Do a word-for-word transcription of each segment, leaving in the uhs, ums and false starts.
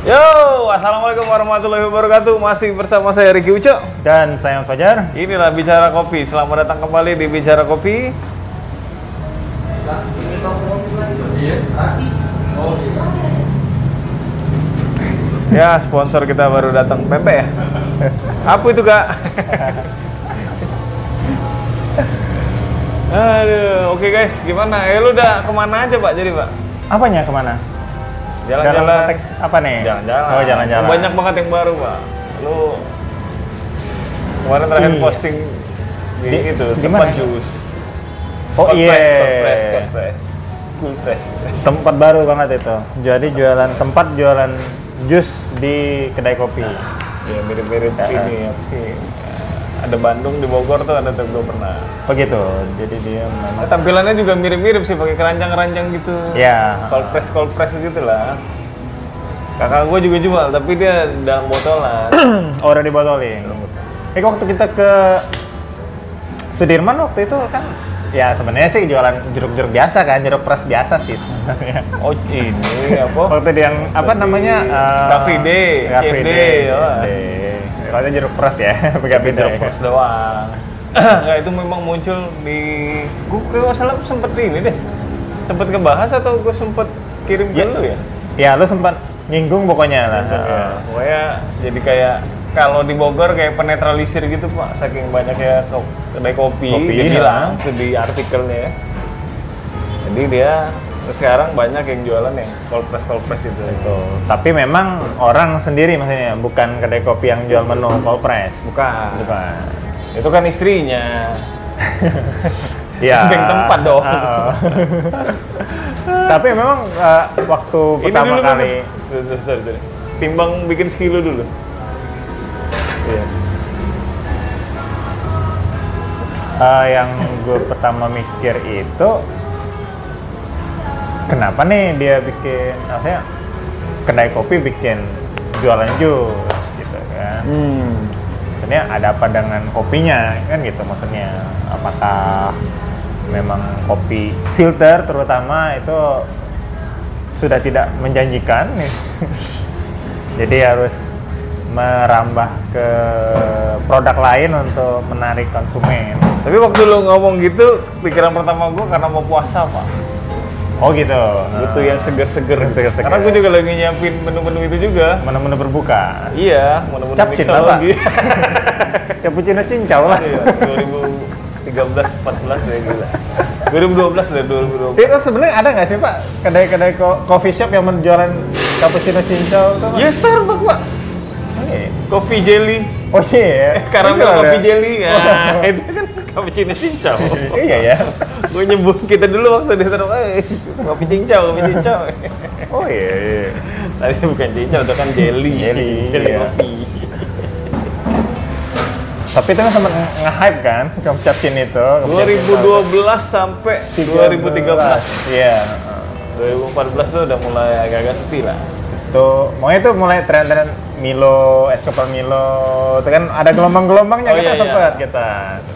Yo, assalamualaikum warahmatullahi wabarakatuh. Masih bersama saya Ricky Uco dan saya Fajar. Inilah Bicara Kopi. Selamat datang kembali di Bicara Kopi. Ya, sponsor kita baru datang, Pepe ya. Apa itu kak? Aduh, oke guys, gimana? Eh, lu udah kemana aja pak? Jadi pak? Apanya kemana? Jalan-jalan. Teks apa nih? Jalan-jalan. Oh, jalan-jalan. Banyak banget yang baru, Pak. Lu kemarin terakhir Ih. posting di, Di- itu, di tempat mana? jus. Oh Cold iya. press, cold press, cold press. Cool press. Tempat baru banget itu. Jadi jualan tempat jualan jus di kedai kopi. Ya mirip-mirip Ya. ini apa sih? Ada Bandung di Bogor tuh ada tuh gue pernah. Begitu. Jadi dia memang Nah, tampilannya juga mirip-mirip sih, pakai keranjang-keranjang gitu. ya. Cold press, cold press gitu lah. Kakak gue juga jual, tapi dia dalam botolan. Oh, udah dibotolin. Eh waktu kita ke Sudirman waktu itu kan ya sebenarnya sih jualan jeruk-jeruk biasa kan, jeruk press biasa sih sebenarnya. Oh ini apa? Waktu itu yang apa namanya? eh, Cafe Day, Cafe C F D, Day. oh. Kalau jeruk press ya, pakai Tapi beda jeruk ya. press doang. Nggak, itu memang muncul di gue kalau salah sempet ini deh, sempet ngebahas atau gue sempet kirim ke Ya. lu ya? Ya lu sempat nyinggung pokoknya lah. Ya, pokoknya jadi kayak kalau di Bogor kayak penetralisir gitu pak, saking banyak ya ko- kedai kopi, Kopi, dia ya. bilang itu di artikelnya ya. Jadi dia sekarang banyak yang jualan yang cold press cold press itu. Tuh. Tapi memang orang sendiri maksudnya, bukan kedai kopi yang jual menu cold press. Bukan. Bukan. Itu kan istrinya. Ya. Bank tempat dong. Uh-uh. Tapi memang uh, waktu pertama dulu, kali Tuh, tuh, tuh, tuh. Timbang bikin sekilo dulu. Iya. uh, yang gue pertama mikir itu kenapa nih dia bikin, maksudnya kedai kopi bikin jualan jus gitu kan. Hmm. Maksudnya ada apa dengan kopinya kan gitu, maksudnya apakah memang kopi filter terutama itu sudah tidak menjanjikan nih. Jadi harus merambah ke produk lain untuk menarik konsumen. Tapi waktu lu ngomong gitu, pikiran pertama gue karena mau puasa pak. Oh gitu. Butuh yang seger-seger. Seger-seger. Karena gue juga lagi nyiapin menu-menu itu juga. Menu-menu berbuka. Iya, menu-menu Capcin lah, Pak. mixologi. Cappuccino cincau lah. Iya, dua ribu tiga belas empat belas ya gila. dua ribu dua belas dari dua ribu dua belas. Itu sebenarnya ada nggak sih Pak kedai-kedai ko- coffee shop yang menjualan cappuccino cincau itu? Pak? Ya Starbucks pak. Oh, iya. Coffee jelly. Oh iya. Karamel Itu ada. coffee jelly. Nah, itu kan cappuccino cincau. Iya ya. Gue nyebut kita dulu waktu di sana, eh, kopi cincau, kopi cincau. Oh iya. iya. Tadi bukan cincau, itu kan jelly. Jelly, jelly iya. kopi. Tapi itu kan sempat nge-hype kan cappuccino itu. dua ribu dua belas sampai dua ribu tiga belas. Iya. dua ribu empat belas tuh udah mulai agak-agak sepi lah. Itu, pokoknya itu mulai tren-tren Milo, es kepal Milo, itu kan ada gelombang-gelombangnya Oh, kita iya, iya. sempet kita.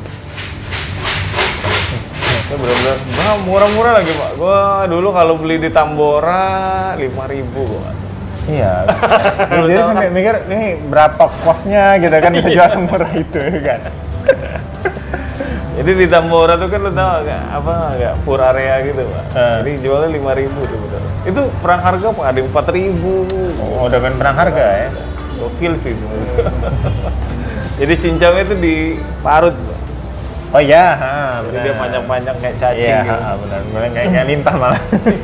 Itu bener-bener bah, murah-murah lagi pak. Gua dulu kalau beli di Tambora lima ribu gua nggak salah. Iya. Lu Jadi tahu sampai mikir ini berapa kosnya gitu kan bisa jual semurah itu kan. Jadi di Tambora tuh kan lu tahu agak apa agak pur area gitu pak. Eh. Jadi jualnya lima ribu tuh bener. Itu perang harga pak, ada empat ribu. Oh, udah main perang harga ya. Gokil sih itu. Jadi cincaunya itu diparut pak. Oh iya, ha, Jadi benar. dia panjang-panjang kayak cacing Iya, gitu. ha, benar. Benar kayak kayak lintah malah.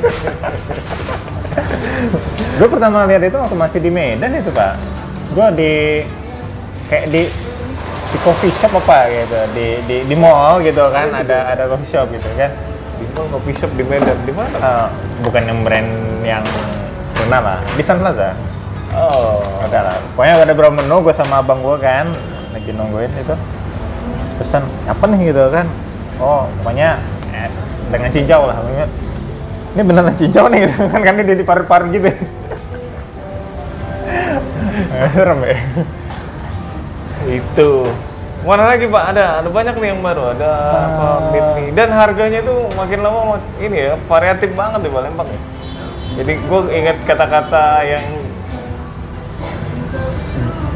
Gue pertama lihat itu waktu masih di Medan itu Pak. Gue di kayak di di coffee shop apa gitu, di di di mall gitu kan, ada ada coffee shop gitu kan. Di mall coffee shop di Medan, di mana? Eh, bukan yang brand yang terkenal lah, di Sun Plaza. Oh, Ada lah. Pokoknya ada beberapa menu, gue sama abang gue kan lagi nungguin itu. Terus pesan apa nih gitu kan? Oh, pokoknya es dengan cincau lah. Pokoknya, ini beneran cincau nih gitu kan, kan dia di paru-paru gitu. Serem ya. itu. Mana lagi Pak? Ada, ada banyak nih yang baru. Ada apa Bitmi. Dan harganya tuh makin lama mak- ini ya variatif banget di Palembang ya. Jadi gue ingat kata-kata yang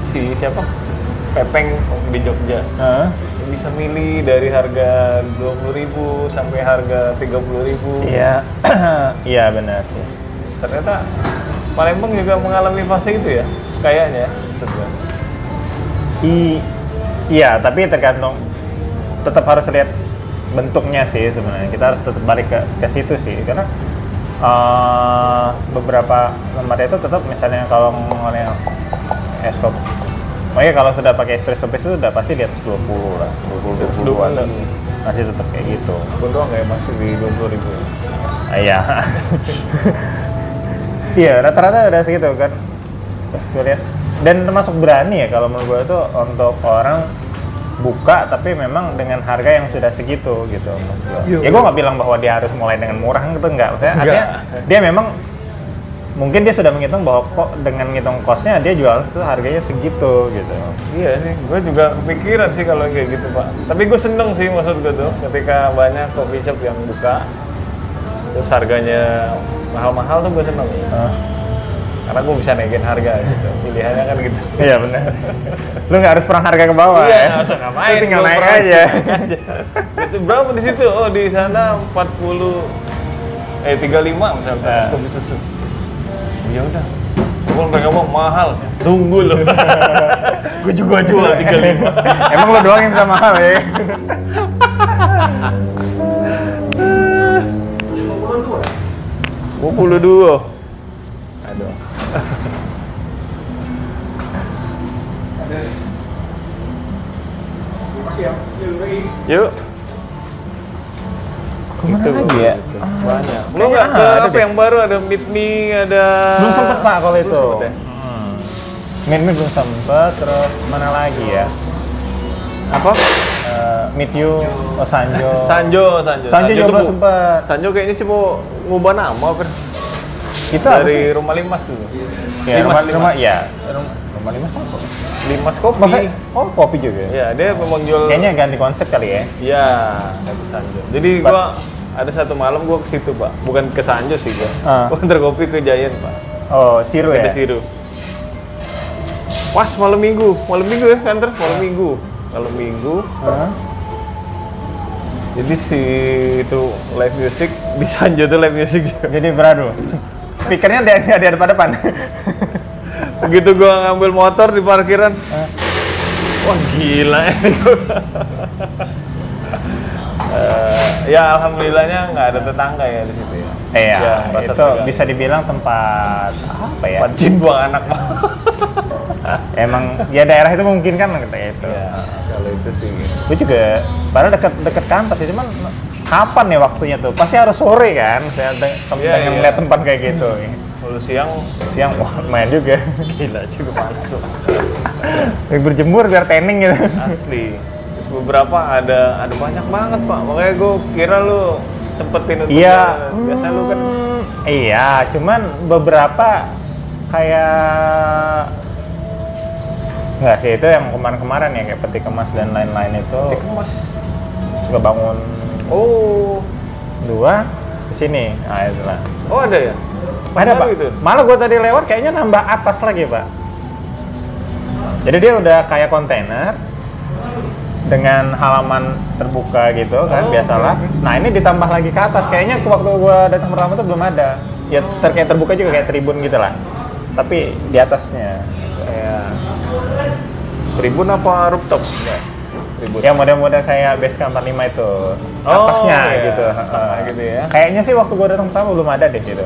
si siapa Pepeng di Jogja. Heeh. Bisa milih dari harga dua puluh ribu sampai harga tiga puluh ribu. Iya, iya benar sih. Ternyata Palembang juga mengalami fase itu ya, kayaknya maksud gua. I, iya, tapi tergantung, tetap harus lihat bentuknya sih sebenarnya. Kita harus tetap balik ke ke situ sih, karena uh, beberapa tempat itu tetap misalnya kalau ngomongnya es kopi, oh iya kalau sudah pakai espresso base itu udah pasti di atas dua puluh lah, dua puluh dua puluhan masih tetap kayak gitu. Gua doang kayak masih di dua puluh ribu. Ah, iya. Iya, rata-rata udah segitu kan. Pas gue lihat, dan termasuk berani ya kalau menurut gue tuh untuk orang buka tapi memang dengan harga yang sudah segitu gitu. Yo. Ya gue nggak bilang bahwa dia harus mulai dengan murah gitu, enggak. Maksudnya Enggak. artinya dia memang mungkin dia sudah menghitung bahwa kok dengan ngitung costnya dia jual itu harganya segitu gitu. Iya sih, gue juga kepikiran sih kalau kayak gitu Pak. Tapi gue seneng sih maksud gue tuh, ketika banyak coffee shop yang buka, terus harganya mahal-mahal tuh gue seneng. Uh. Karena gue bisa naikin harga gitu, pilihannya kan gitu. Iya benar. Lu nggak harus perang harga ke bawah. Iya, ya. nggak usah ngapain. Lu tinggal gua naik price, aja. naik aja. Itu berapa di situ? Oh di sana empat puluh, eh tiga puluh lima misalnya, Nah. es kopi susu. Ya udah. Kalau mereka ngomong mahal, tunggu loh. Gue juga jual tiga puluh lima. Emang lo doang yang bisa mahal ya? dua puluh dua. Aduh. Yuk. Kemana Gitu, lagi ya? gitu. Banyak. Lu kayaknya nggak ke ada apa deh. yang baru, ada Meet Me, ada Belum sempet pak kalau itu. Belum sempet ya? Hmm. Meet Me belum sempet, terus mana lagi ya? Apa? Eh, meet You, oh Sanjo. Sanjo, Sanjo. Sanjo juga tuh belum bu- sempet. Sanjo kayaknya sih mau ngubah nama, Ber. Kita Dari Rumah Limas dulu. ya, Limas, rumah, Limas. rumah, ya. Rumah, rumah lima apa? Limas Kopi. Masa, oh kopi juga ya? Ya, dia memang jual. Kayaknya ganti konsep kali ya? Iya, dari Sanjo. Jadi Pak. gua ada satu malam gua ke situ, Pak. Bukan ke Sanjo sih gua. Ah. Gua antar kopi ke Giant, Pak. Oh, Siru ya? Ada Siru. Pas malam Minggu, malam Minggu ya kantor, malam Minggu. Malam Minggu. Hah? Jadi si itu live music di Sanjo tuh live music juga. Jadi beradu. Speakernya di, di, di depan-depan. Begitu gua ngambil motor di parkiran, wah gila ini. Eh, ya alhamdulillahnya nggak ada tetangga ya di situ ya. Iya, Ya, merasa itu terganggu. bisa dibilang tempat apa ya? Pancin buang anak mah. Emang ya daerah itu mungkin kan kayak itu. Ya, kalau itu sih. Gue juga, padahal deket deket kantor sih, cuman kapan ya waktunya tuh? Pasti harus sore kan? Saya ada tem- Iya, pengen iya. lihat tempat kayak gitu. Kalau siang Siang wah main juga. gila juga panas tuh. Lagi berjemur biar tanning gitu. Asli. Terus beberapa ada ada banyak banget Pak. Makanya gue kira lu sempetin untuk Iya. ya, biasa lu kan Hmm, iya, cuman beberapa kayak nggak sih itu yang kemarin-kemarin ya kayak peti kemas dan lain-lain itu dikemas. suka bangun Oh, dua ke sini. Nah, itulah. oh ada ya? Ada Baru pak. itu? Malah gua tadi lewat kayaknya nambah atas lagi pak. Jadi dia udah kayak kontainer dengan halaman terbuka gitu kan Oh, biasalah. oke, oke. Nah ini ditambah lagi ke atas. Kayaknya waktu gua datang pertama tuh belum ada. Ya terkait terbuka juga kayak tribun gitu lah. Tapi di atasnya. Kayak tribun apa rooftop? Enggak. Tribun. Ya model-model kayak base camp empat puluh lima itu. Oh, Atasnya iya, gitu. setengah Heeh. gitu ya. Kayaknya sih waktu gua datang pertama belum ada deh gitu.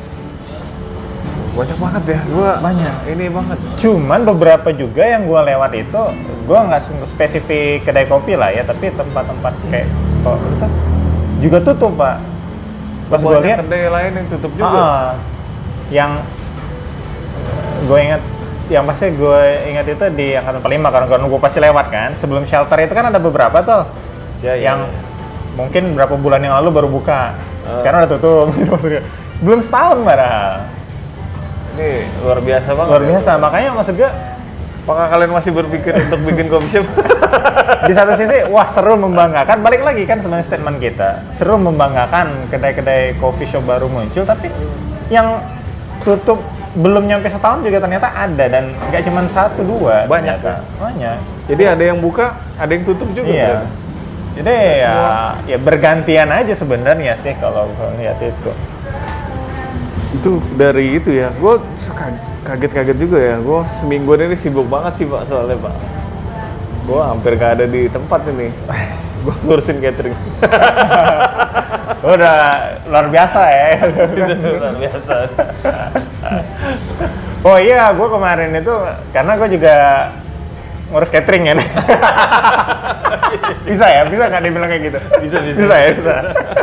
Banyak banget ya. Gua Banyak. ini banget. Cuman beberapa juga yang gua lewat itu, gua nggak spesifik kedai kopi lah ya, tapi tempat-tempat kayak kok itu juga tutup pak. Pas gua Banyak lihat, kedai lain yang tutup juga. ah, yang gue ingat, yang pasti gue ingat itu di angkatan empat puluh lima karena gue nunggu pasti lewat kan. Sebelum shelter itu kan ada beberapa tuh, Ya, ya, yang ya. mungkin berapa bulan yang lalu baru buka. Ah. Sekarang udah tutup. gitu maksudnya. Belum setahun padahal. Ini luar biasa banget. Luar ya. biasa. Makanya maksud gue Apakah kalian masih berpikir untuk bikin coffee shop? di satu sisi wah seru membanggakan, balik lagi kan sebenarnya statement kita seru membanggakan kedai-kedai coffee shop baru muncul, tapi yang tutup belum nyampe setahun juga ternyata ada dan nggak cuma satu dua. Banyak ternyata. ya? Banyak. Jadi ada yang buka, ada yang tutup juga. Iya. Berarti? Jadi ya, ya bergantian aja sebenarnya sih kalau gue lihat itu. Itu dari itu ya, gue kaget-kaget juga ya. Gue seminggu ini sibuk banget sih Pak soalnya Pak. Gue hampir gak ada di tempat ini. Gue ngurusin catering. Udah luar biasa ya. Luar biasa. Oh iya, gue kemarin itu karena gue juga ngurus catering ya. Bisa ya, bisa nggak dibilang kayak gitu? Bisa, bisa. Bisa ya, bisa.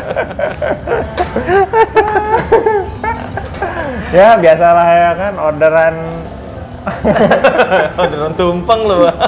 Ya biasalah ya kan, orderan. Orderan tumpeng loh Pak.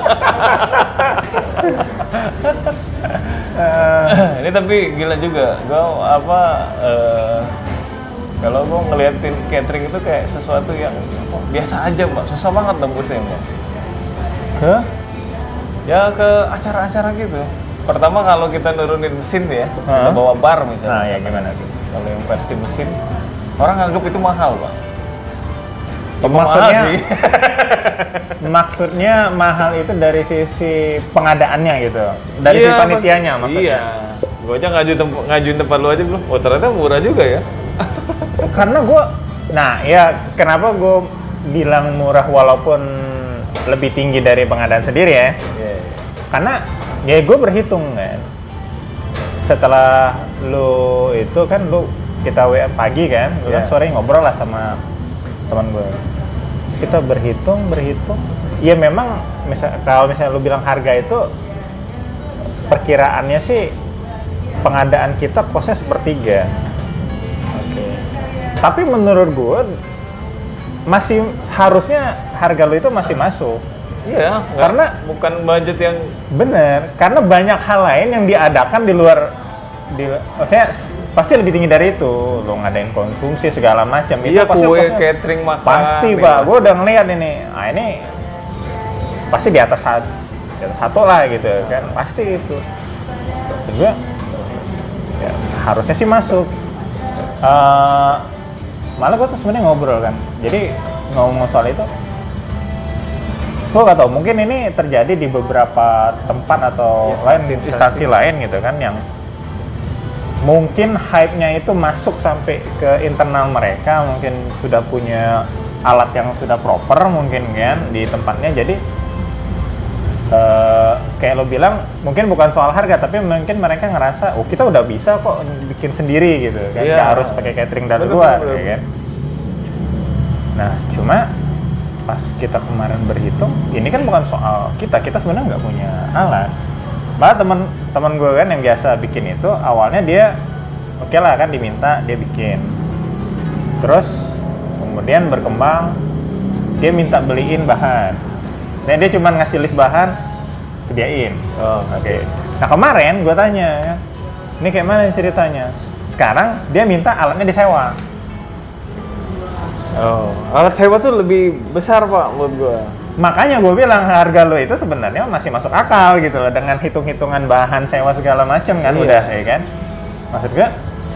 Uh, ini tapi gila juga, gue apa uh, kalau gue ngeliatin catering itu kayak sesuatu yang oh, biasa aja Mbak, susah banget nembusnya Mbak. Ke? Ya ke acara-acara gitu. Pertama kalau kita nurunin mesin ya, huh? kita bawa bar misalnya. Nah ya gimana tuh? Kalau yang versi mesin, orang nganggap itu mahal Pak. Ya, maksudnya, mahal sih. Maksudnya mahal itu dari sisi pengadaannya gitu, dari iya, sisi panitianya maksudnya. Iya, gue aja ngajuin tempat ngajuin tempat lu aja belum. Oh ternyata murah juga ya. Karena gue, nah ya kenapa gue bilang murah walaupun lebih tinggi dari pengadaan sendiri ya? Yeah. Karena ya gue berhitung kan. Setelah lu itu kan lu kita W A pagi kan, lu Yeah. kan sore ngobrol lah sama teman gue. Kita berhitung, berhitung. Ya memang, misal, kalau misalnya lu bilang harga itu, perkiraannya sih pengadaan kita kosnya sepertiga. Oke. Okay. Tapi menurut gue masih harusnya harga lu itu masih masuk. Iya. Karena bukan budget yang bener. Karena banyak hal lain yang diadakan di luar, di, maksudnya pasti lebih tinggi dari itu. Lo ngadain konsumsi segala macam. Iya, pasti kue, kosnya, catering, makan. pasti nih, Pak. pasti. Gue udah ngeliat ini. Ah ini pasti di atas satu, di atas satu lah gitu kan. Pasti itu. Juga ya, harusnya sih masuk. Uh, malah gue tuh sebenarnya ngobrol kan. Jadi ngomong soal itu, gue gak tau. Mungkin ini terjadi di beberapa tempat atau ya, lain instansi lain gitu kan yang mungkin hype-nya itu masuk sampai ke internal mereka, mungkin sudah punya alat yang sudah proper mungkin kan di tempatnya. Jadi uh, kayak lo bilang mungkin bukan soal harga, tapi mungkin mereka ngerasa oh kita udah bisa kok bikin sendiri gitu kan, yeah. Nggak harus pakai catering dari betul, luar betul, betul. ya kan. Nah cuma pas kita kemarin berhitung, ini kan bukan soal kita, kita sebenarnya nggak punya alat. Malah teman-teman gue kan yang biasa bikin itu awalnya dia oke okay lah kan diminta dia bikin, terus kemudian berkembang dia minta beliin bahan, dan dia cuma ngasih list bahan sediain. Oh, oke. Okay. Nah kemarin gue tanya, ini kayak mana ceritanya? Sekarang dia minta alatnya disewa. Oh, alat sewa tuh lebih besar Pak menurut gue. Makanya gue bilang harga lo itu sebenarnya masih masuk akal gitu loh, dengan hitung-hitungan bahan sewa segala macam kan. Iya. Udah ya kan. Maksud gue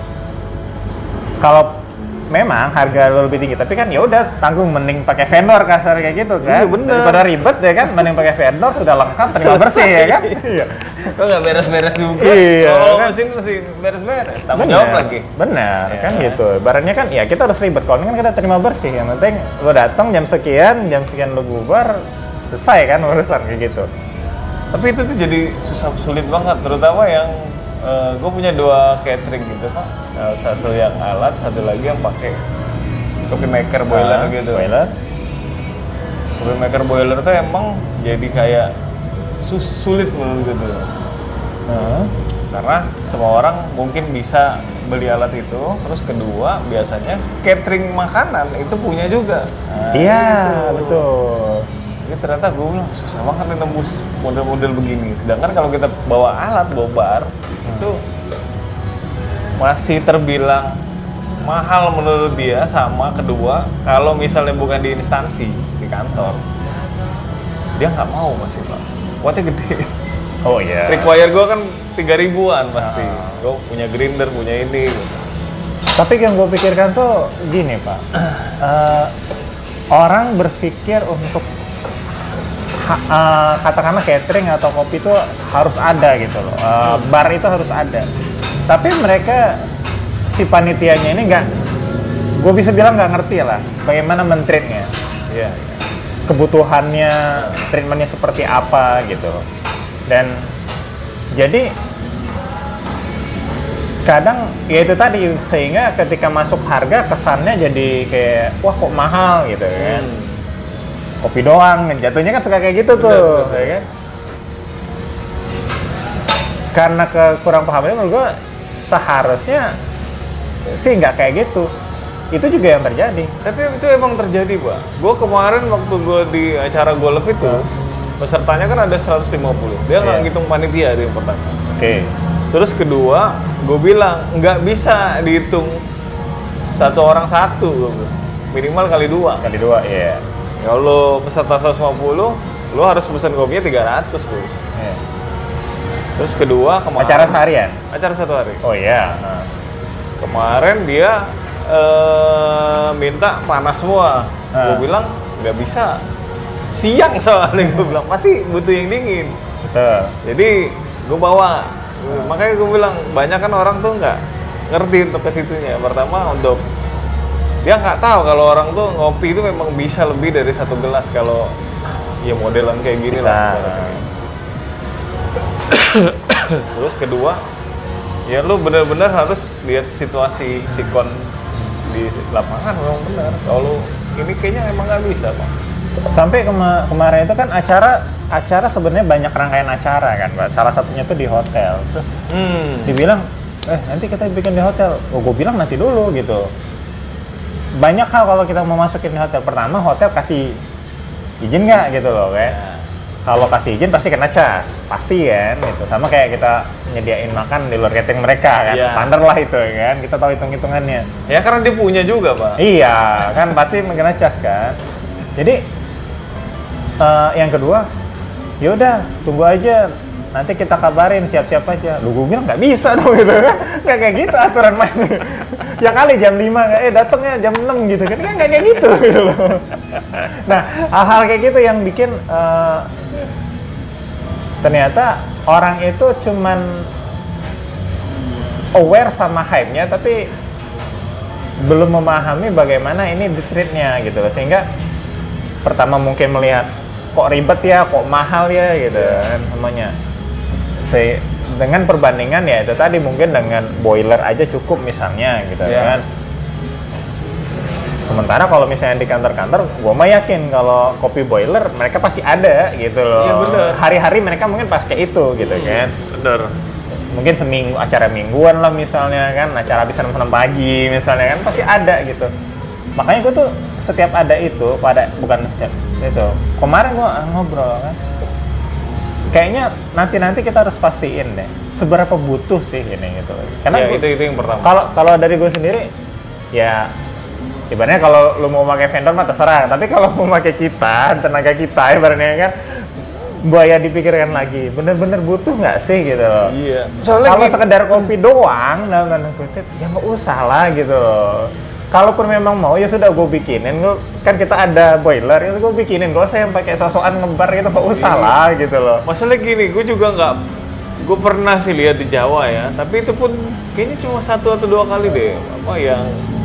kalau memang harga lo lebih tinggi, tapi kan ya udah tanggung, mending pakai vendor kasar kayak gitu kan. Iya bener. Daripada ribet ya kan, mending pakai vendor sudah lengkap, terima bersih ya kan. Iya. Kok nggak beres-beres juga? Iya. Oh, Kan? mesin masih beres-beres. Tanggung jawab lagi. Benar Ya. kan gitu. Ibaratnya kan ya kita harus ribet. Kalau ini kan kita terima bersih. Yang penting lo datang jam sekian, jam sekian lo bubar, selesai kan urusan kayak gitu. Tapi itu tuh jadi susah sulit banget, terutama yang uh, gue punya dua catering gitu Pak. Uh, satu yang alat, satu lagi yang pakai coffee maker boiler Ah, gitu. Boiler. Coffee maker boiler tuh emang jadi kayak sus sulit menurut gue tuh. Uh. Karena semua orang mungkin bisa beli alat itu, terus kedua biasanya catering makanan itu punya juga. Nah, Iya, gitu. betul. Jadi ternyata gue bilang susah banget nih nembus model-model begini. Sedangkan kalau kita bawa alat, bawa bar, hmm. itu masih terbilang mahal menurut dia. Sama kedua, kalau misalnya bukan di instansi, di kantor, dia nggak mau masih Pak. Kuatnya gede. Oh iya. Require gue kan tiga ribuan pasti. Ah. Gue punya grinder, punya ini. Gitu. Tapi yang gue pikirkan tuh gini Pak. Uh, orang berpikir untuk ha, uh, katakanlah catering atau kopi itu harus ada gitu loh, uh, bar itu harus ada. Tapi mereka si panitianya ini nggak, gue bisa bilang nggak ngerti lah bagaimana men-treatnya. Iya. Kebutuhannya, treatmentnya seperti apa gitu. Dan jadi kadang ya itu tadi, sehingga ketika masuk harga kesannya jadi kayak wah kok mahal gitu kan. Hmm. Kopi doang, jatuhnya kan suka kayak gitu tuh. Bener, ya kan? Karena kekurang pahamannya menurut gue seharusnya sih nggak kayak gitu. Itu juga yang terjadi. Tapi itu emang terjadi, Pak. Gue kemarin waktu gue di acara golf itu, hmm. pesertanya kan ada seratus lima puluh. Dia nggak yeah. ngitung panitia yang pertama. Oke. Okay. Terus kedua, gue bilang nggak bisa dihitung satu orang satu, minimal kali dua. Kali dua, iya. Yeah. Kalau peserta seratus lima puluh, lo harus pesan kopinya tiga ratus tuh. Yeah. Terus kedua kemarin. Acara seharian? Acara satu hari. Oh iya. Yeah. Nah. Kemarin dia Uh, minta panas semua, uh. gue bilang nggak bisa, siang soalnya gue bilang pasti butuh yang dingin. Betul. Jadi gue bawa, uh. makanya gue bilang banyak kan orang tuh nggak ngerti untuk ke situnya. Pertama untuk dia nggak tahu kalau orang tuh ngopi itu memang bisa lebih dari satu gelas kalau ya modelan kayak gini bisa. Lah. Terus kedua, ya lu benar-benar harus lihat situasi sikon di lapangan memang benar. Kalau ini kayaknya emang nggak bisa, Pak. Sampai kema kemarin itu kan acara acara sebenarnya banyak rangkaian acara kan, Pak. Salah satunya tuh di hotel. Terus hmm. dibilang, eh nanti kita bikin di hotel. Oh, gue bilang nanti dulu gitu. Banyak hal kalau kita mau masukin di hotel. Pertama, hotel kasih izin nggak gitu loh, kayak. Ya. Kalau kasih izin pasti kena cas, pasti kan gitu. Sama kayak kita nyediain makan di luar catering mereka kan, yeah. standar lah itu kan. Kita tahu hitung-hitungannya. Ya karena dia punya juga, Pak. Iya, kan pasti kena cas kan. Jadi uh, yang kedua, yaudah tunggu aja. Nanti kita kabarin, siap-siap aja. Lu gue bilang nggak bisa dong gitu kan. Nggak kayak gitu aturan main. Ya kali jam lima, eh datangnya jam enam gitu kan. Kan nggak kayak gitu gitu loh. Nah, hal-hal kayak gitu yang bikin uh, ternyata orang itu cuman aware sama hype-nya tapi belum memahami bagaimana ini di-treat-nya gitu loh. Sehingga pertama mungkin melihat kok ribet ya, kok mahal ya gitu kan namanya. Se dengan perbandingan ya itu tadi mungkin dengan boiler aja cukup misalnya gitu yeah. kan. Sementara kalau misalnya di kantor-kantor, gue mah yakin kalau kopi boiler mereka pasti ada gitu loh. Iya bener. Hari-hari mereka mungkin pakai itu gitu hmm, kan. Bener. Mungkin seminggu acara mingguan lah misalnya kan, acara habis enam pagi misalnya kan pasti ada gitu. Makanya gue tuh setiap ada itu, pada bukan setiap itu. Kemarin gue ngobrol kan. Kayaknya nanti-nanti kita harus pastiin deh seberapa butuh sih ini gitu. Karena ya, gua, itu itu yang pertama. Kalau kalau dari gue sendiri ya ibaratnya kalau lu mau pakai vendor mah terserah, tapi kalau mau pakai kita, tenaga kita ibaratnya kan buaya dipikirkan lagi, bener-bener butuh nggak sih gitu loh. Iya. Kalau sekedar kopi doang, dalam tanda kutip, ya nggak usah lah gitu loh. Kalaupun memang mau ya sudah gue bikinin, gua, kan kita ada boiler, ya gue bikinin. Kalau saya yang pakai sosokan ngebar gitu nggak usah iya. lah gitu loh. Masalah gini, gue juga nggak, gue pernah sih lihat di Jawa ya, tapi itu pun kayaknya cuma satu atau dua kali deh, apa yang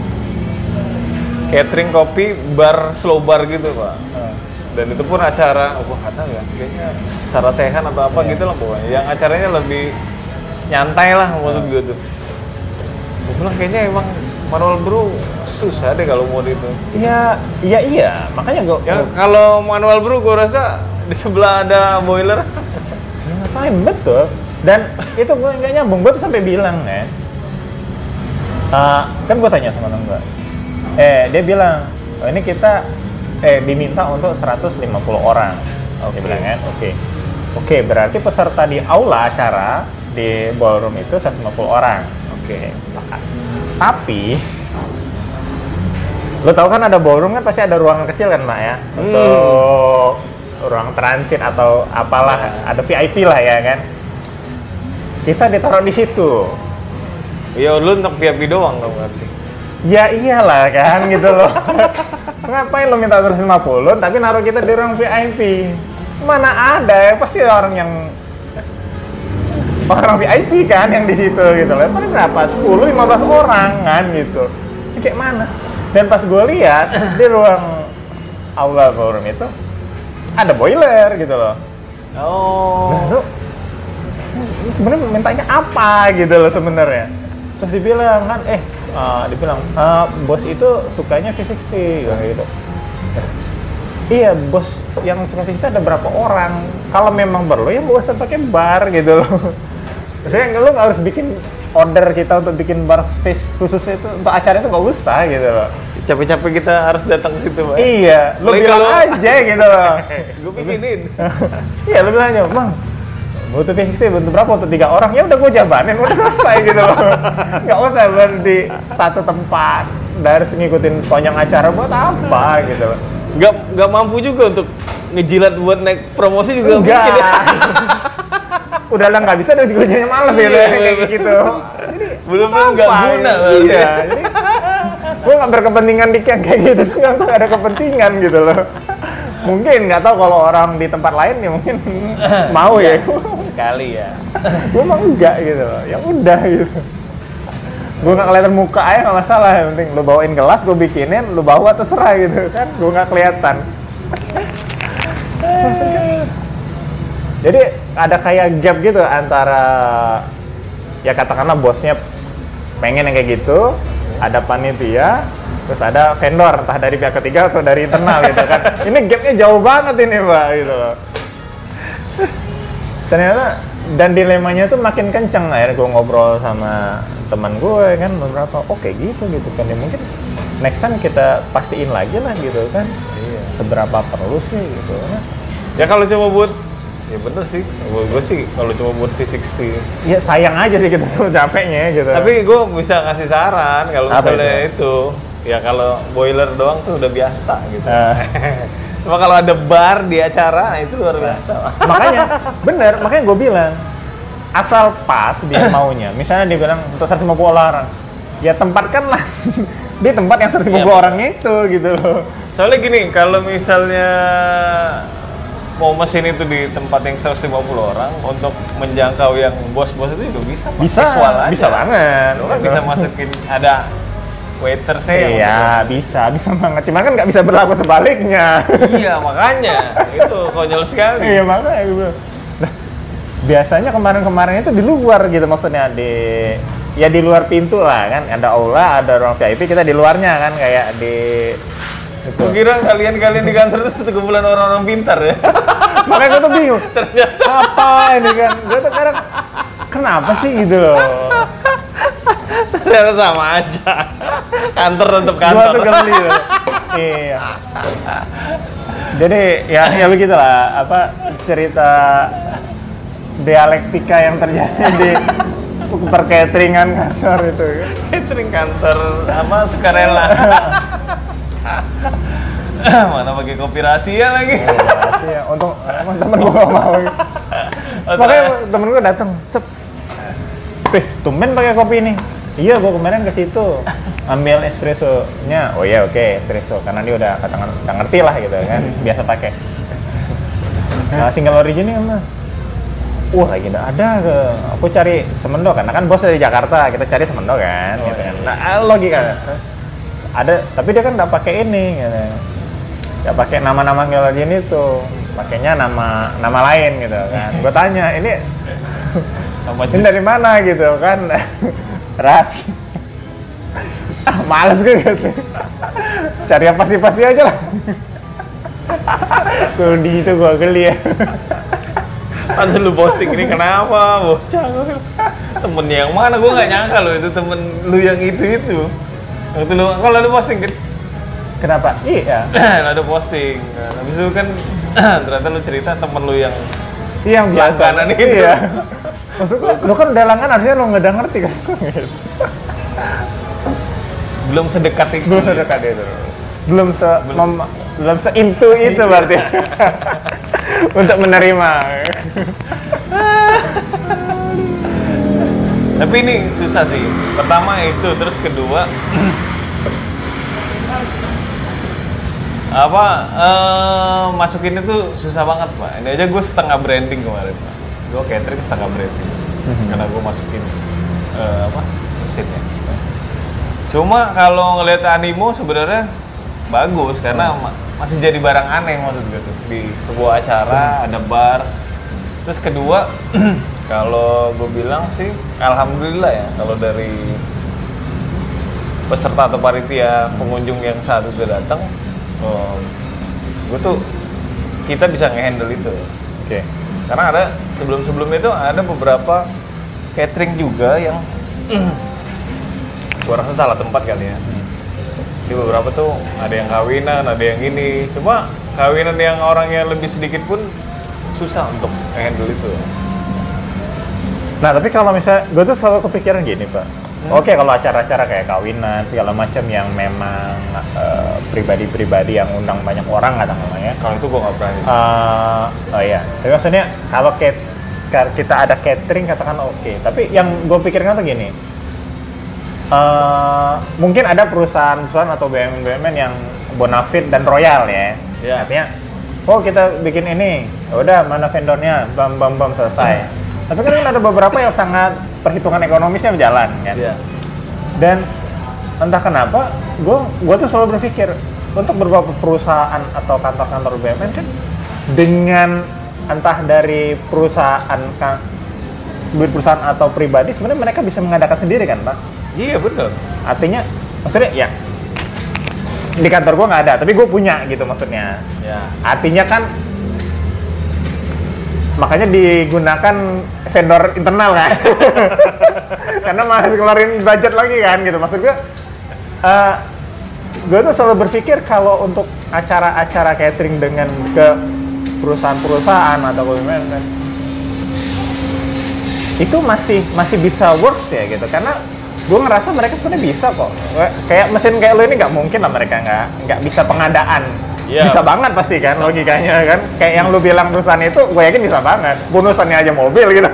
catering kopi bar slow bar gitu, Pak. Hmm. Dan itu pun acara, oh, nggak tahu ya, kayaknya Sarasehan atau apa yeah. gitu lah pokoknya. Yang acaranya lebih nyantai lah maksud gue tuh. Gue bilang kayaknya emang manual brew susah deh kalau mau itu. Iya, iya iya. Makanya gue. Ya kalau manual brew gue rasa di sebelah ada boiler. Ya, ngapain betul. Dan itu gue nggak nyambung. Gue tuh sampai bilang ya. Uh, kan gue tanya sama temen gue. Eh dia bilang, oh, ini kita eh diminta untuk seratus lima puluh orang. Oke, okay. bilang kan. Oke. Okay. Oke, okay, berarti peserta di aula acara di ballroom itu seratus lima puluh orang. Oke, okay. sepakat. Tapi lo tau kan ada ballroom kan pasti ada ruangan kecil kan, Mak ya? Hmm. Untuk ruang transit atau apalah, ya. Ada V I P lah ya kan. Kita ditaruh di situ. Ya lu untuk V I P doang dong berarti. Ya iyalah kan gitu loh. ngapain lo minta seratus lima puluh tapi naruh kita di ruang V I P? Mana ada ya, pasti orang yang orang V I P kan yang di situ gitu loh. Paling berapa? sepuluh lima belas orang kan gitu. Ini kayak mana? Dan pas gue lihat di ruang aula forum itu ada boiler gitu loh. Oh. Nah, lu sebenarnya mintanya apa gitu loh sebenarnya. Terus dibilang kan, eh, uh, dibilang uh, bos itu sukanya V enam puluh gitu. Iya, bos yang suka V enam puluh ada berapa orang? Kalau memang perlu ya nggak usah pakai bar gitu loh. Maksudnya lu nggak harus bikin order kita untuk bikin bar space khusus itu untuk acara itu nggak usah gitu loh. Capek-capek kita harus datang ke situ, Pak. Iya, lu Lagi bilang kalau- aja gitu loh. Gue bikinin. Iya, lu bilang aja, Bang, butuh V enam puluh butuh berapa untuk tiga orang? Ya udah gue jabanin, udah selesai gitu loh. Nggak usah ber di satu tempat dari ngikutin sepanjang acara buat apa gitu loh. Nggak nggak mampu juga untuk ngejilat buat naik promosi juga Enggak. mungkin ya. Udah lah nggak bisa, udah juga jadinya males gitu Iya, ya, kayak bener. gitu. Belum belum nggak Apa guna. gitu? Bang. Iya, jadi gue nggak berkepentingan di kayak kayak gitu tuh nggak ada kepentingan gitu loh. Mungkin nggak tahu kalau orang di tempat lain ya mungkin mau ya. Kali ya. Gue mah enggak gitu loh, ya udah gitu. Gue nggak kelihatan muka aja nggak masalah, yang penting lu bawain gelas gue bikinin, lu bawa terserah gitu kan, gue nggak kelihatan. Jadi ada kayak gap gitu antara ya katakanlah bosnya pengen yang kayak gitu, ada panitia, terus ada vendor entah dari pihak ketiga atau dari internal gitu kan. Ini gapnya jauh banget ini Pak gitu loh. Ternyata dan dilemanya tuh makin kenceng. Akhirnya gue ngobrol sama teman gue kan beberapa, oke gitu gitu kan ya, mungkin next time kita pastiin lagi lah gitu kan. Iya. Seberapa perlu sih gitu kan. Ya kalau cuma buat, ya bener sih. Gue sih kalau cuma buat V enam puluh. Ya sayang aja sih kita tuh capeknya gitu. Tapi gue bisa kasih saran kalau Apa misalnya itu? Ya kalau boiler doang tuh udah biasa gitu. Ah. Cuma kalau ada bar di acara, nah itu luar biasa. Makanya bener, makanya gue bilang asal pas dia maunya. Misalnya dia bilang untuk seratus lima puluh orang, ya tempatkanlah di tempat yang seratus lima puluh Iya, orang itu gitu loh. Soalnya gini, kalau misalnya mau mesin itu di tempat yang seratus lima puluh orang untuk menjangkau yang bos-bos itu juga bisa. Pak. Bisa, Visual aja. bisa banget. Lo kan bisa masukin ada waiter saya. Iya, bisa, bisa banget. Cuman kan nggak bisa berlaku sebaliknya. Iya, makanya itu konyol sekali. Iya makanya gue bilang. Nah, biasanya kemarin-kemarin itu di luar gitu, maksudnya di ya di luar pintu lah kan, ada aula, ada ruang V I P, kita di luarnya kan kayak di itu. Gue kira kalian-kalian di kantor itu sekumpulan orang-orang pintar ya. Makanya gue tuh bingung. Ternyata apa ini kan? Gue tuh kadang kenapa sih gitu loh? Ternyata sama aja. Kantor tetap Gue kantor. tuh geli loh. Iya. Jadi ya ya begitulah apa cerita dialektika yang terjadi di percateringan kantor itu. Catering kantor apa sukarela. Mana pakai kopi rahasia lagi. Iya, untung emang temen gue gak mau. Makanya temen gue datang, cet. Eh, tumben pakai kopi ini. Iya, gue kemarin ke situ ambil espresso-nya. Oh iya, oke, espresso karena dia udah katakan udah ngerti lah gitu kan, biasa pakai. Nah, single origin ini mah. Wah, lagi nggak ada ke. Aku cari Semendo karena kan bos dari Jakarta, kita cari Semendo kan, gitu kan. Nah, logika ada, tapi dia kan nggak pakai ini, gitu. Nggak pakai nama-nama single origin itu, pakainya nama nama lain gitu kan. Gue tanya, ini Sama ini dari mana gitu kan? Rahasia. Ah, males gue gitu. Cari yang pasti-pasti aja lah. Gue di situ gue geli ya. Pas lu posting ini kenapa, bocah? Temen yang mana? Gue nggak nyangka lo itu temen lu yang itu itu. Waktu lu kalau lu posting kan, Kenapa? Iya. ada posting. Nah, habis itu kan ternyata lu cerita temen lu yang Iya yang biasa. Langganan itu. Iya. Maksud gue, lu kan udah langganan harusnya lu nggak ngerti kan? belum sedekat itu. Belum sedekat itu. Belum se mem- belum se into itu berarti. Untuk menerima. Tapi ini susah sih. Pertama itu, terus kedua apa eh, masukin itu susah banget pak. Ini aja gue setengah branding kemarin pak. Gue catering setengah branding Mhm. karena gue masukin eh, apa mesinnya. Cuma kalau ngelihat animo sebenarnya bagus karena ma- masih jadi barang aneh maksud gue tuh di sebuah acara ada bar. Terus kedua kalau gue bilang sih alhamdulillah ya kalau dari peserta atau panitia pengunjung yang saat itu datang, oh, gue tuh kita bisa ngehandle itu. Oke. Karena ada sebelum-sebelumnya itu ada beberapa catering juga yang gue rasa salah tempat kali ya. Di beberapa tuh ada yang kawinan, ada yang ini. Cuma kawinan yang orangnya lebih sedikit pun susah untuk handle itu. Nah, tapi kalau misalnya, gue tuh selalu kepikiran gini, Pak. Hmm. Oke, kalau acara-acara kayak kawinan, segala macam yang memang uh, pribadi-pribadi yang undang banyak orang, katakanlah ya. Kalau itu gue nggak berani. Uh, oh iya, tapi maksudnya kalau cat- kita ada catering, katakan oke. Tapi yang gue pikirkan tuh gini, uh, mungkin ada perusahaan-perusahaan atau B U M N-B U M N yang bonafit dan royal ya. Ya. Artinya, oh kita bikin ini, ya udah mana vendornya, bam bam bam selesai. Tapi kan ada beberapa yang sangat perhitungan ekonomisnya berjalan kan. Iya. Dan entah kenapa, gue gue tuh selalu berpikir untuk beberapa perusahaan atau kantor-kantor B U M N kan dengan entah dari perusahaan kan, perusahaan atau pribadi sebenarnya mereka bisa mengadakan sendiri kan, Pak? Iya betul. Artinya, maksudnya ya di kantor gue nggak ada, tapi gue punya gitu maksudnya. Ya. Artinya kan makanya digunakan vendor internal kan. Karena masih keluarin budget lagi kan gitu. Maksud gue uh, gue tuh selalu berpikir kalau untuk acara-acara catering dengan ke perusahaan-perusahaan atau B U M N kan, itu masih masih bisa works ya gitu. Karena gue ngerasa mereka sebenarnya bisa kok. Kayak mesin kayak lo ini nggak mungkin lah mereka nggak nggak bisa pengadaan. Yeah. Bisa banget pasti kan Bisa. logikanya kan. Kayak yang lu bilang perusahaan itu, gue yakin bisa banget. Bonusannya aja mobil gitu.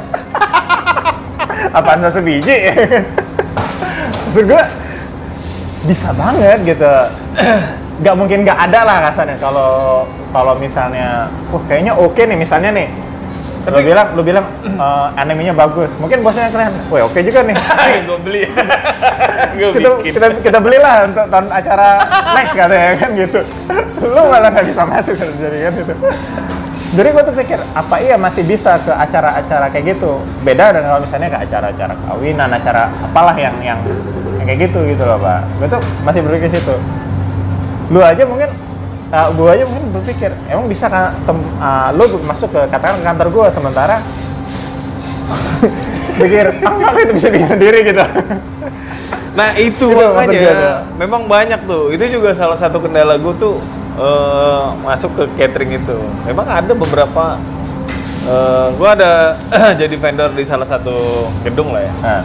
Apaan sebiji? Maksud gue bisa banget gitu. Gak mungkin gak ada lah rasanya kalau kalau misalnya, wah kayaknya oke nih misalnya nih. Lu bilang, lu bilang uh, animenya bagus. Mungkin bosnya keren. Wah oke juga nih. Gue beli. Gue kita, bikin. kita kita belilah untuk tahun acara next katanya kan gitu. Lu malah nggak bisa masuk jadi kan gitu. Jadi gue tuh pikir apa iya masih bisa ke acara-acara kayak gitu. Beda dengan kalau misalnya ke acara-acara kawinan, acara apalah yang yang, yang kayak gitu gitu loh Pak. Gue tuh masih berpikir situ. Lu aja mungkin uh, gue aja mungkin berpikir emang bisa kan tem- uh, lu masuk ke katakan kantor gue sementara pikir ah masa itu bisa bikin sendiri gitu. Nah itu Itu makanya maksudnya. memang banyak tuh. Itu juga salah satu kendala gue tuh uh, masuk ke catering itu. Memang ada beberapa. Uh, gue ada jadi vendor di salah satu gedung lah ya. Nah,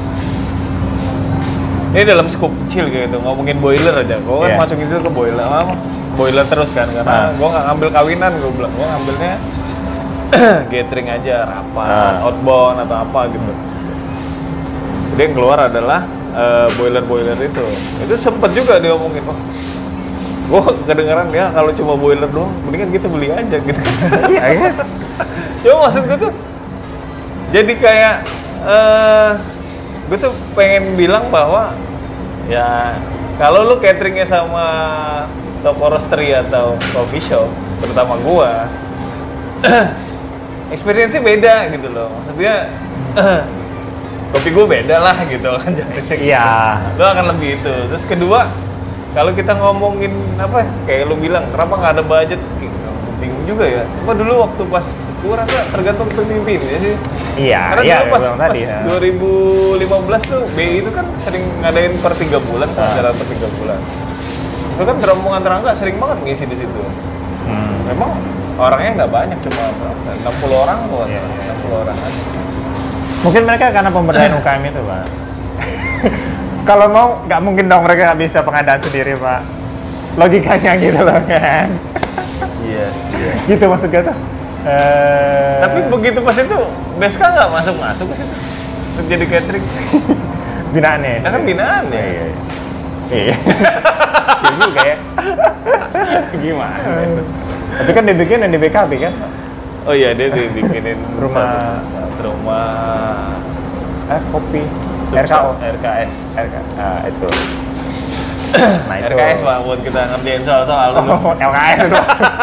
Ini dalam skup kecil kayak gitu, ngomongin boiler aja. Gue kan Yeah. masuk itu ke boiler, apa? Boiler terus kan, karena Ah. gue nggak ngambil kawinan, gue bilang gue ngambilnya gathering aja, rapat, Ah. outbound atau apa gitu. Jadi yang keluar adalah uh, boiler-boiler itu. Itu sempet juga diomongin, oh, gue kedengeran ya kalau cuma boiler doang, mendingan kita beli aja gitu. iya iya. Cuma maksud gue tuh, jadi kayak uh, gue tuh pengen bilang bahwa ya kalau lu cateringnya sama toko roastery atau coffee shop, terutama gua, experience-nya beda gitu loh. Maksudnya kopi gua beda lah gitu kan. Iya. Lu akan lebih itu. Terus kedua, kalau kita ngomongin apa kayak lu bilang, kenapa nggak ada budget? Bingung juga ya. Cuma dulu waktu pas gua rasa tergantung pemimpin ya sih. Iya, Karena iya, dulu pas, bilang pas tadi, ya. dua ribu lima belas tuh B I itu kan sering ngadain per tiga bulan, kan, Ah. acara per tiga bulan. Itu kan rombongan Terangga sering banget ngisi di situ. Hmm. Memang orangnya nggak banyak, cuma berapa? enam puluh orang kok, Iya, iya. enam puluh orang aja. Mungkin mereka karena pemberdayaan U K M itu, Pak. Kalau mau, nggak mungkin dong mereka nggak bisa pengadaan sendiri, Pak. Logikanya gitu loh kan. Iya, iya. Gitu maksud gue tuh. Eh, Tapi begitu pas itu, Beska nggak masuk-masuk ke situ untuk jadi catering. binaannya. Nah kan binaan ya. Iya, iya. Iya. Iya juga ya. Gimana? Tapi kan dibikin yang di B K B kan? Oh iya, dia dibikinin Rumah- satu- rumah Eh, kopi. sub- R K O. R K S. R K. Ah, itu. Nah, itu. R K S Pak, buat kita ngerjain soal-soal dulu. Oh, L K S itu.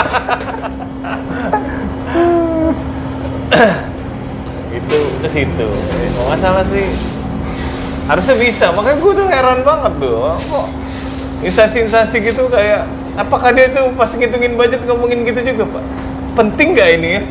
Itu ke situ. Kalau nggak salah sih harusnya bisa. Makanya gue tuh heran banget tuh. Kok instansi-instansi gitu kayak apakah dia tuh pas ngitungin budget ngomongin gitu juga, Pak? Penting nggak ini ya?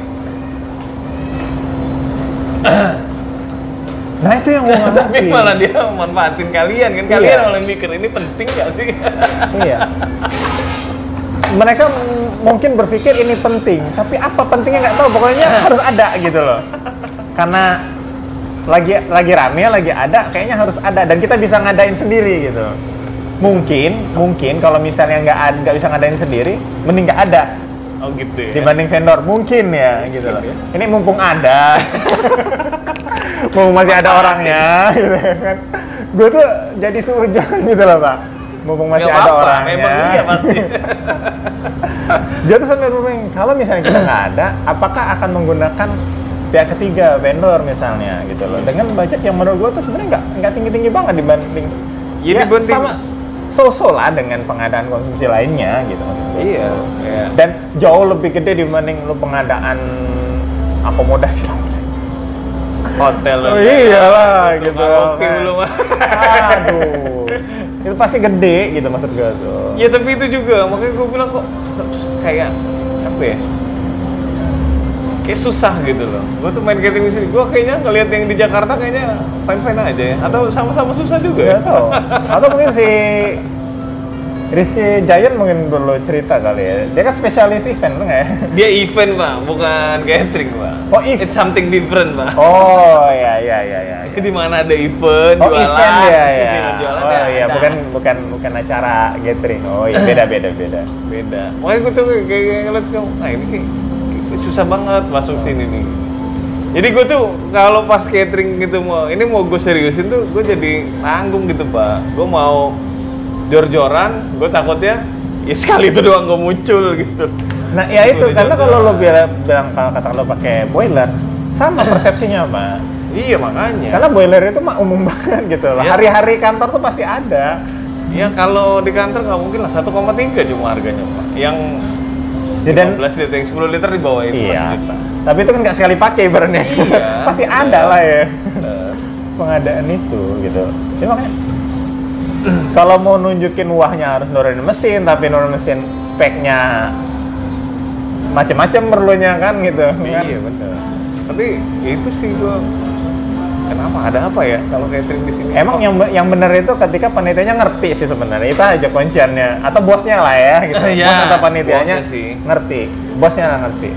Nah, itu yang gue nggak Tapi ngerti. malah dia manfaatin kalian kan. Kalian Iya. malah yang mikir ini penting nggak sih? Iya. Mereka m- mungkin berpikir ini penting, tapi apa pentingnya nggak tahu. Pokoknya harus ada gitu loh. Karena lagi lagi rame, lagi ada, kayaknya harus ada dan kita bisa ngadain sendiri gitu. Mungkin, mungkin kalau misalnya nggak ada, nggak bisa ngadain sendiri, mending nggak ada Oh gitu ya. dibanding vendor. Mungkin ya gitu loh. ya. Ini mumpung ada, mumpung masih ada orangnya, gitu kan. Gue tuh jadi seujon gitu loh Pak. Mumpung masih Nggak ada apa-apa, orangnya. memang iya pasti. Dia tuh sampai bermain, kalau misalnya kita nggak ada, apakah akan menggunakan pihak ketiga, vendor misalnya gitu loh, dengan budget yang menurut gua tuh sebenarnya nggak nggak tinggi-tinggi banget dibanding Ya, dibanding- sama so-so lah dengan pengadaan konsumsi lainnya gitu. Iya. Iya. Dan jauh lebih gede dibanding lu pengadaan akomodasi lain. Hotel. Oh iyalah gitu. Kopi kan. dulu mah. Aduh, itu pasti gede gitu maksud gua tuh. Ya tapi itu juga, makanya gue bilang kok kayak apa ya? Kayak susah gitu loh. Gue tuh main catering di sini, gue kayaknya ngeliat yang di Jakarta kayaknya fine fine aja ya. Atau sama-sama susah juga ya? Nggak tahu. Atau mungkin si Rizky Giant mungkin perlu cerita kali ya. Dia kan spesialis event tuh nggak ya? Dia event pak, bukan catering pak. Oh, event. It's something different pak. Oh ya ya ya ya. Itu di mana ada event, Oh jualan, event ya ya. jualan, jualan Oh ya iya ada. bukan bukan bukan acara gathering. Oh iya beda beda beda. Beda. Makanya gue tuh kayak, kayak ngeliat kok, ah ini kayak, kayak susah banget masuk sini nih. Jadi gue tuh kalau pas catering gitu mau, ini mau gue seriusin tuh, gue jadi tanggung gitu pak. Gue mau jor-joran, gue takutnya ya sekali itu doang gue muncul gitu. Nah ya itu Udah karena jauh kalau lo doang. bilang bilang kalau kata lo pakai boiler sama persepsinya Pak. Iya makanya. Karena boiler itu mah umum banget gitu loh. Iya. Hari-hari kantor tuh pasti ada. Ya kalau di kantor nggak mungkin lah satu koma tiga cuma harganya pak. Yang Ya, dan- lima belas liter, yang sepuluh liter di bawah itu Iya. masih juta. Tapi itu kan nggak sekali pakai ibaratnya. Iya, pasti bener. ada lah ya Bener. pengadaan itu gitu. Ya makanya kalau mau nunjukin wahnya harus nurunin mesin, tapi nurunin mesin speknya macem-macem perlunya kan gitu. kan? Iya bener. Tapi ya itu sih gua kenapa ada apa ya kalau catering di sini? Emang yang be- yang benar itu ketika panitianya ngerti sih sebenarnya. Itu aja kunciannya atau bosnya lah ya gitu. Iya, Bos atau panitianya bosnya sih. ngerti. Bosnya lah ngerti.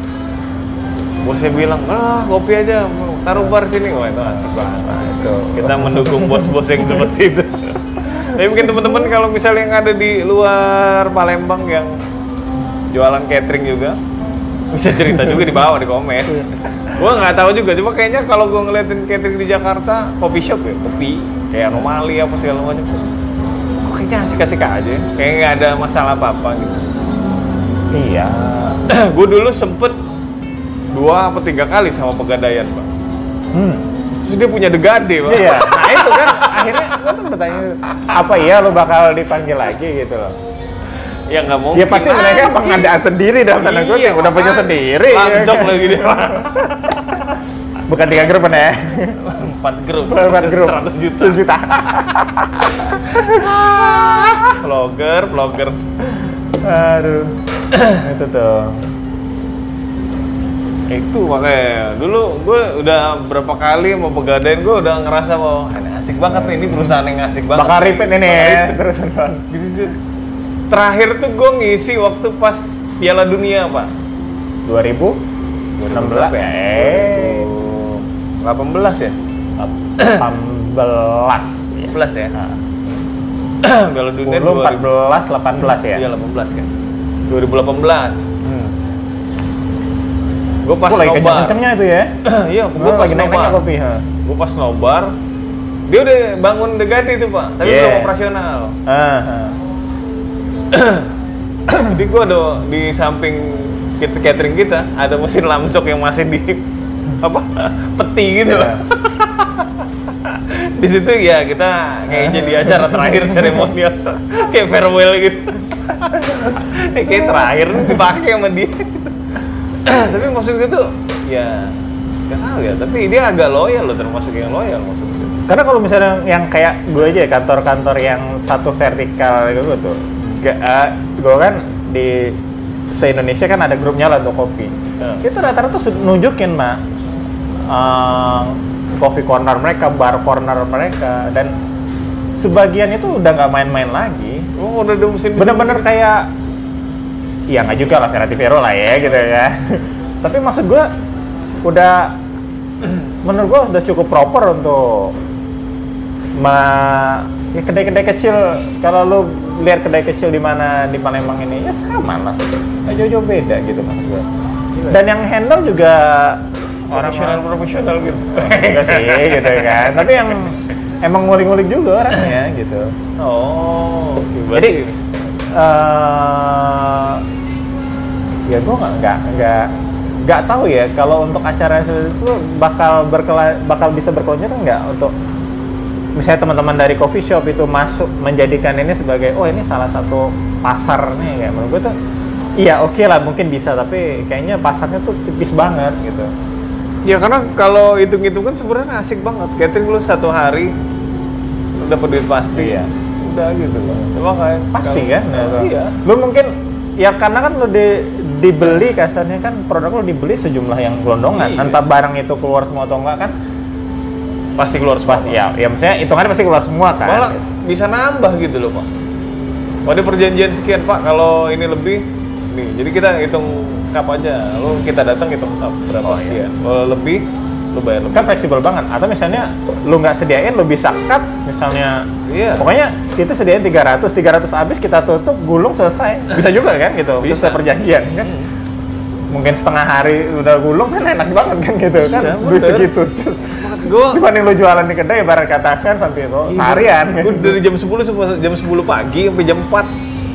Bosnya bilang, ah kopi aja, taruh bar sini. Wah itu asik banget. Nah, itu. Kita mendukung bos-bos yang seperti itu. Tapi mungkin teman-teman kalau misalnya yang ada di luar Palembang yang jualan catering juga, bisa cerita juga di bawah di komen. Gua nggak tahu juga, cuma kayaknya kalau gua ngeliatin catering di Jakarta, coffee shop ya, kopi, kayak anomali apa segala macam. Kok kayaknya asik-asik aja, kayak nggak ada masalah apa-apa gitu. Iya. Gue dulu sempet dua apa tiga kali sama Pegadaian, Pak. Hmm. Terus dia punya degade, Pak. Iya. Nah, itu kan akhirnya gua tuh bertanya apa iya lo bakal dipanggil lagi gitu loh. Ya nggak mungkin. Ya pasti mereka lagi. pengadaan sendiri dalam tanda kutip, Iya, udah punya makanya. sendiri. ya Langsung kan? lagi dia. Bukan tiga grup kan ya? Empat grup. Empat grup. seratus juta. seratus juta. Vlogger, vlogger. Aduh. Itu tuh. Itu makanya dulu gue udah berapa kali mau Pegadaian gue udah ngerasa bahwa ini asik banget nih, ini perusahaan yang asik banget. Bakal repeat ini Bakal ya. repeat. Terus Gitu. Terakhir tuh gue ngisi waktu pas Piala Dunia, Pak. dua ribu enam belas ya? Eh. delapan belas ya? delapan belas ya. delapan belas ya? Nah, Piala Dunia sepuluh, empat belas, delapan belas ya? Iya, delapan belas kan. dua ribu delapan belas. Hmm. Gue pas Gua lagi nobar. kenceng-kencengnya itu ya? Iya, gue Gua pas lagi naik-naiknya nobar. kopi. Ha. Gue pas nobar, Dia udah bangun udah ganti tuh Pak, tapi Yeah. belum operasional. Ah, ah. Jadi gua ada di samping kita catering kita ada mesin lamsok yang masih di apa peti gitu. Yeah. Di situ ya kita kayak jadi acara terakhir seremonial kayak farewell gitu. Kayak terakhir dipakai sama dia. Tapi maksud gue tuh ya nggak tahu ya, tapi dia agak loyal loh, termasuk yang loyal maksud gue. Karena kalau misalnya yang kayak gue aja ya, kantor-kantor yang satu vertikal gitu tuh, gak, uh, gue kan di se-Indonesia kan ada grupnya lah untuk kopi. Ya. Itu rata-rata tuh nunjukin mak uh, coffee corner mereka, bar corner mereka, dan sebagian itu udah nggak main-main lagi. Oh udah ada mesin. Bener-bener kayak, ya nggak juga lah Ferrati Vero lah ya gitu ya. Tapi maksud gue udah, menurut gue udah cukup proper untuk ma ya kedai-kedai kecil. Kalau lu lihat kedai kecil di mana di Palembang ini ya sama lah, nggak jauh-jauh beda gitu maksud gue. Dan yang handle juga profesional profesional gitu. Enggak sih gitu kan. Tapi yang emang ngulik-ngulik juga orangnya gitu. Oh. Jadi uh, ya gue nggak nggak nggak nggak tahu ya kalau untuk acara itu bakal berkela bakal bisa berkelanjutan nggak untuk misalnya teman-teman dari coffee shop itu masuk menjadikan ini sebagai oh ini salah satu pasar nih, kayak menurut gue tuh iya oke okay lah mungkin bisa, tapi kayaknya pasarnya tuh tipis banget gitu. Ya karena kalau hitung-hitung kan sebenarnya asik banget. Catering lu satu hari lu dapat duit pasti. Iya. Udah gitu loh. Emang kayak Pasti kalau- kan? Nah, iya. Lu mungkin ya karena kan lu di, dibeli kasarnya kan produk lu dibeli sejumlah yang gelondongan. Iya. Entah barang itu keluar semua atau enggak kan? Pasti keluar Pasti ya, ya maksudnya hitungannya pasti keluar semua kan. Malah bisa nambah gitu loh Pak. Oh ada perjanjian sekian Pak, kalau ini lebih nih. Jadi kita hitung cup aja. Lu kita datang hitung cup berapa Oh, sekian. Kalau lebih lu bayar lebih. Kan fleksibel banget. Atau misalnya lu nggak sediain, lu bisa cut misalnya. Iya. Pokoknya kita sediain tiga ratus, tiga ratus habis kita tutup, gulung selesai. Bisa juga kan gitu. Bisa. Bisa perjanjian kan. Mungkin setengah hari udah gulung kan enak banget kan gitu kan. Iya, Duit bener. segitu. Terus Maksud gua dibanding lu jualan di kedai ibarat katakan sampai itu seharian. Gue dari jam sepuluh sampai jam sepuluh pagi sampai jam empat.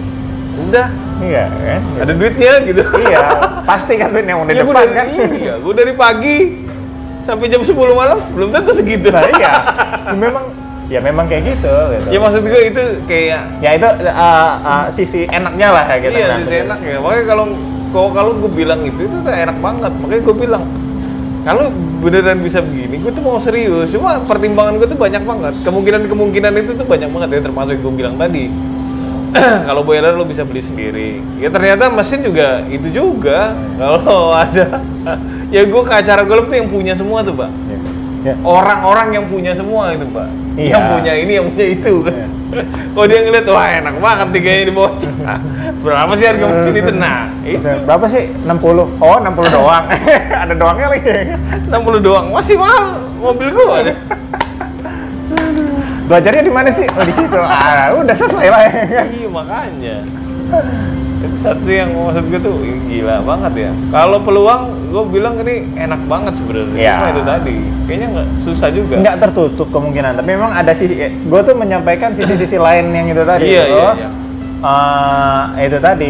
Udah, Iya kan. ada duitnya gitu. Iya, pasti kan duit yang udah Iya, gua depan dari, kan. Iya, gue dari pagi sampai jam sepuluh malam belum tentu segitu. Nah iya, memang ya memang kayak gitu. Gitu. Ya maksud gue itu kayak Ya itu uh, uh, sisi enaknya lah ya gitu. iya, Nah, sisi enak ya. Makanya kalau kalau kalau gue bilang itu itu tuh enak banget. Makanya gue bilang kalau beneran bisa begini, gue tuh mau serius. Cuma pertimbangan gue tuh banyak banget. Kemungkinan-kemungkinan itu tuh banyak banget ya, termasuk yang gue bilang tadi. Kalau boiler lo bisa beli sendiri. Ya ternyata mesin juga itu juga. Kalau ada, ya gue ke acara golf tuh yang punya semua tuh, Pak. Ya. Orang-orang yang punya semua itu, Pak. Iya. Yang punya ini, yang punya itu. Iya. Kalau dia ngeliat, wah enak banget nih kayaknya di bocah. Berapa sih harga mesin itu? Nah, itu Berapa sih? enam puluh. Oh, enam puluh doang. Ada doangnya lagi. enam puluh doang. Masih mahal mobil gua ada. Belajarnya di mana sih? Oh, di situ. Ah, udah selesai lah ya. Iya, makanya. Itu satu yang maksud gue tuh ih, gila banget ya. Kalau peluang, gue bilang ini enak banget sebenarnya. Iya. Cuma itu tadi, kayaknya nggak susah juga. Nggak tertutup kemungkinan, tapi memang ada sisi. Gue tuh menyampaikan sisi-sisi lain yang itu tadi. Iya, gitu. iya, iya. Eh, itu tadi.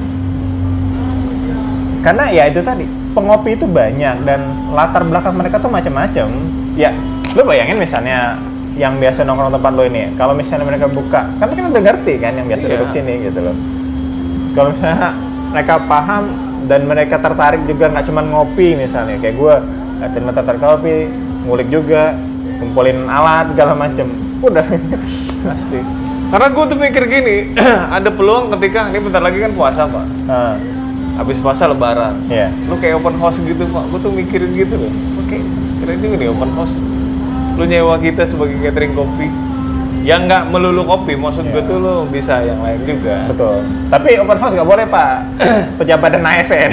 Karena ya itu tadi, pengopi itu banyak dan latar belakang mereka tuh macam-macam. Ya, lo bayangin misalnya yang biasa nongkrong tempat lo ini, kalau misalnya mereka buka, kan kan udah ngerti kan yang biasa Iya. duduk sini gitu loh. Kalau misalnya mereka paham dan mereka tertarik juga nggak cuma ngopi misalnya, kayak gue, cuma tertarik kopi, ngulik juga, kumpulin alat segala macem, udah. Pasti. Karena gue tuh mikir gini, ada peluang ketika ini bentar lagi kan puasa Pak. Nah, Habis puasa Lebaran. ya. Lu kayak open house gitu Pak. Gue tuh mikirin gitu loh. Oke, keren juga nih open house. Lu nyewa kita sebagai catering kopi. Yang nggak melulu kopi, maksud gue Iya. tuh lu bisa yang lain juga. Betul. Tapi open house nggak boleh Pak, pejabat dan A S N.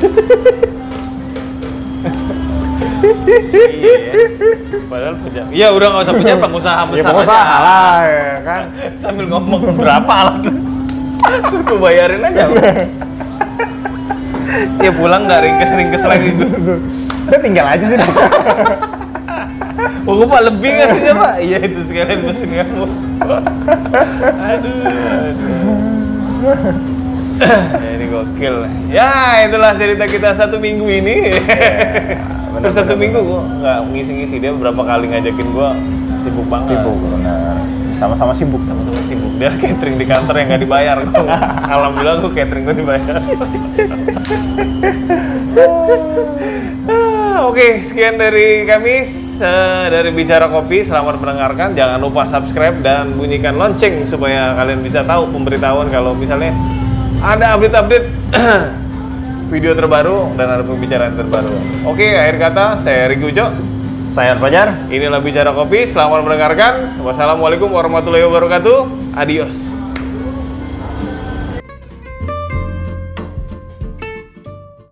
Iya. Padahal pejabat. Iya udah nggak usah pejabat, pengusaha Ya besar pengusaha aja. lah ya kan. Sambil ngomong berapa alat lu? Gue bayarin aja. Ya pulang nggak ringkes-ringkes lagi gitu. Udah tinggal aja sih. Oh, Pak lebih ngasihnya Pak? Iya itu sekalian mesin kamu. Aduh, aduh. Ya, ini gokil. Ya itulah cerita kita satu minggu ini. Bener, Terus satu bener, minggu bener. gua nggak ngisi-ngisi, dia berapa kali ngajakin gua sibuk banget. Sibuk, benar. Sama-sama sibuk. Sama-sama sibuk. Dia catering di kantor yang nggak dibayar. Gua, alhamdulillah gua catering gua dibayar. Ah, Oke, sekian dari kami eh, dari Bicara Kopi. Selamat mendengarkan. Jangan lupa subscribe dan bunyikan lonceng supaya kalian bisa tahu pemberitahuan kalau misalnya ada update-update video terbaru dan ada pembicaraan terbaru. Oke, akhir kata saya Riki Ujo. Saya Fajar. Inilah Bicara Kopi. Selamat mendengarkan. Wassalamualaikum warahmatullahi wabarakatuh. Adios.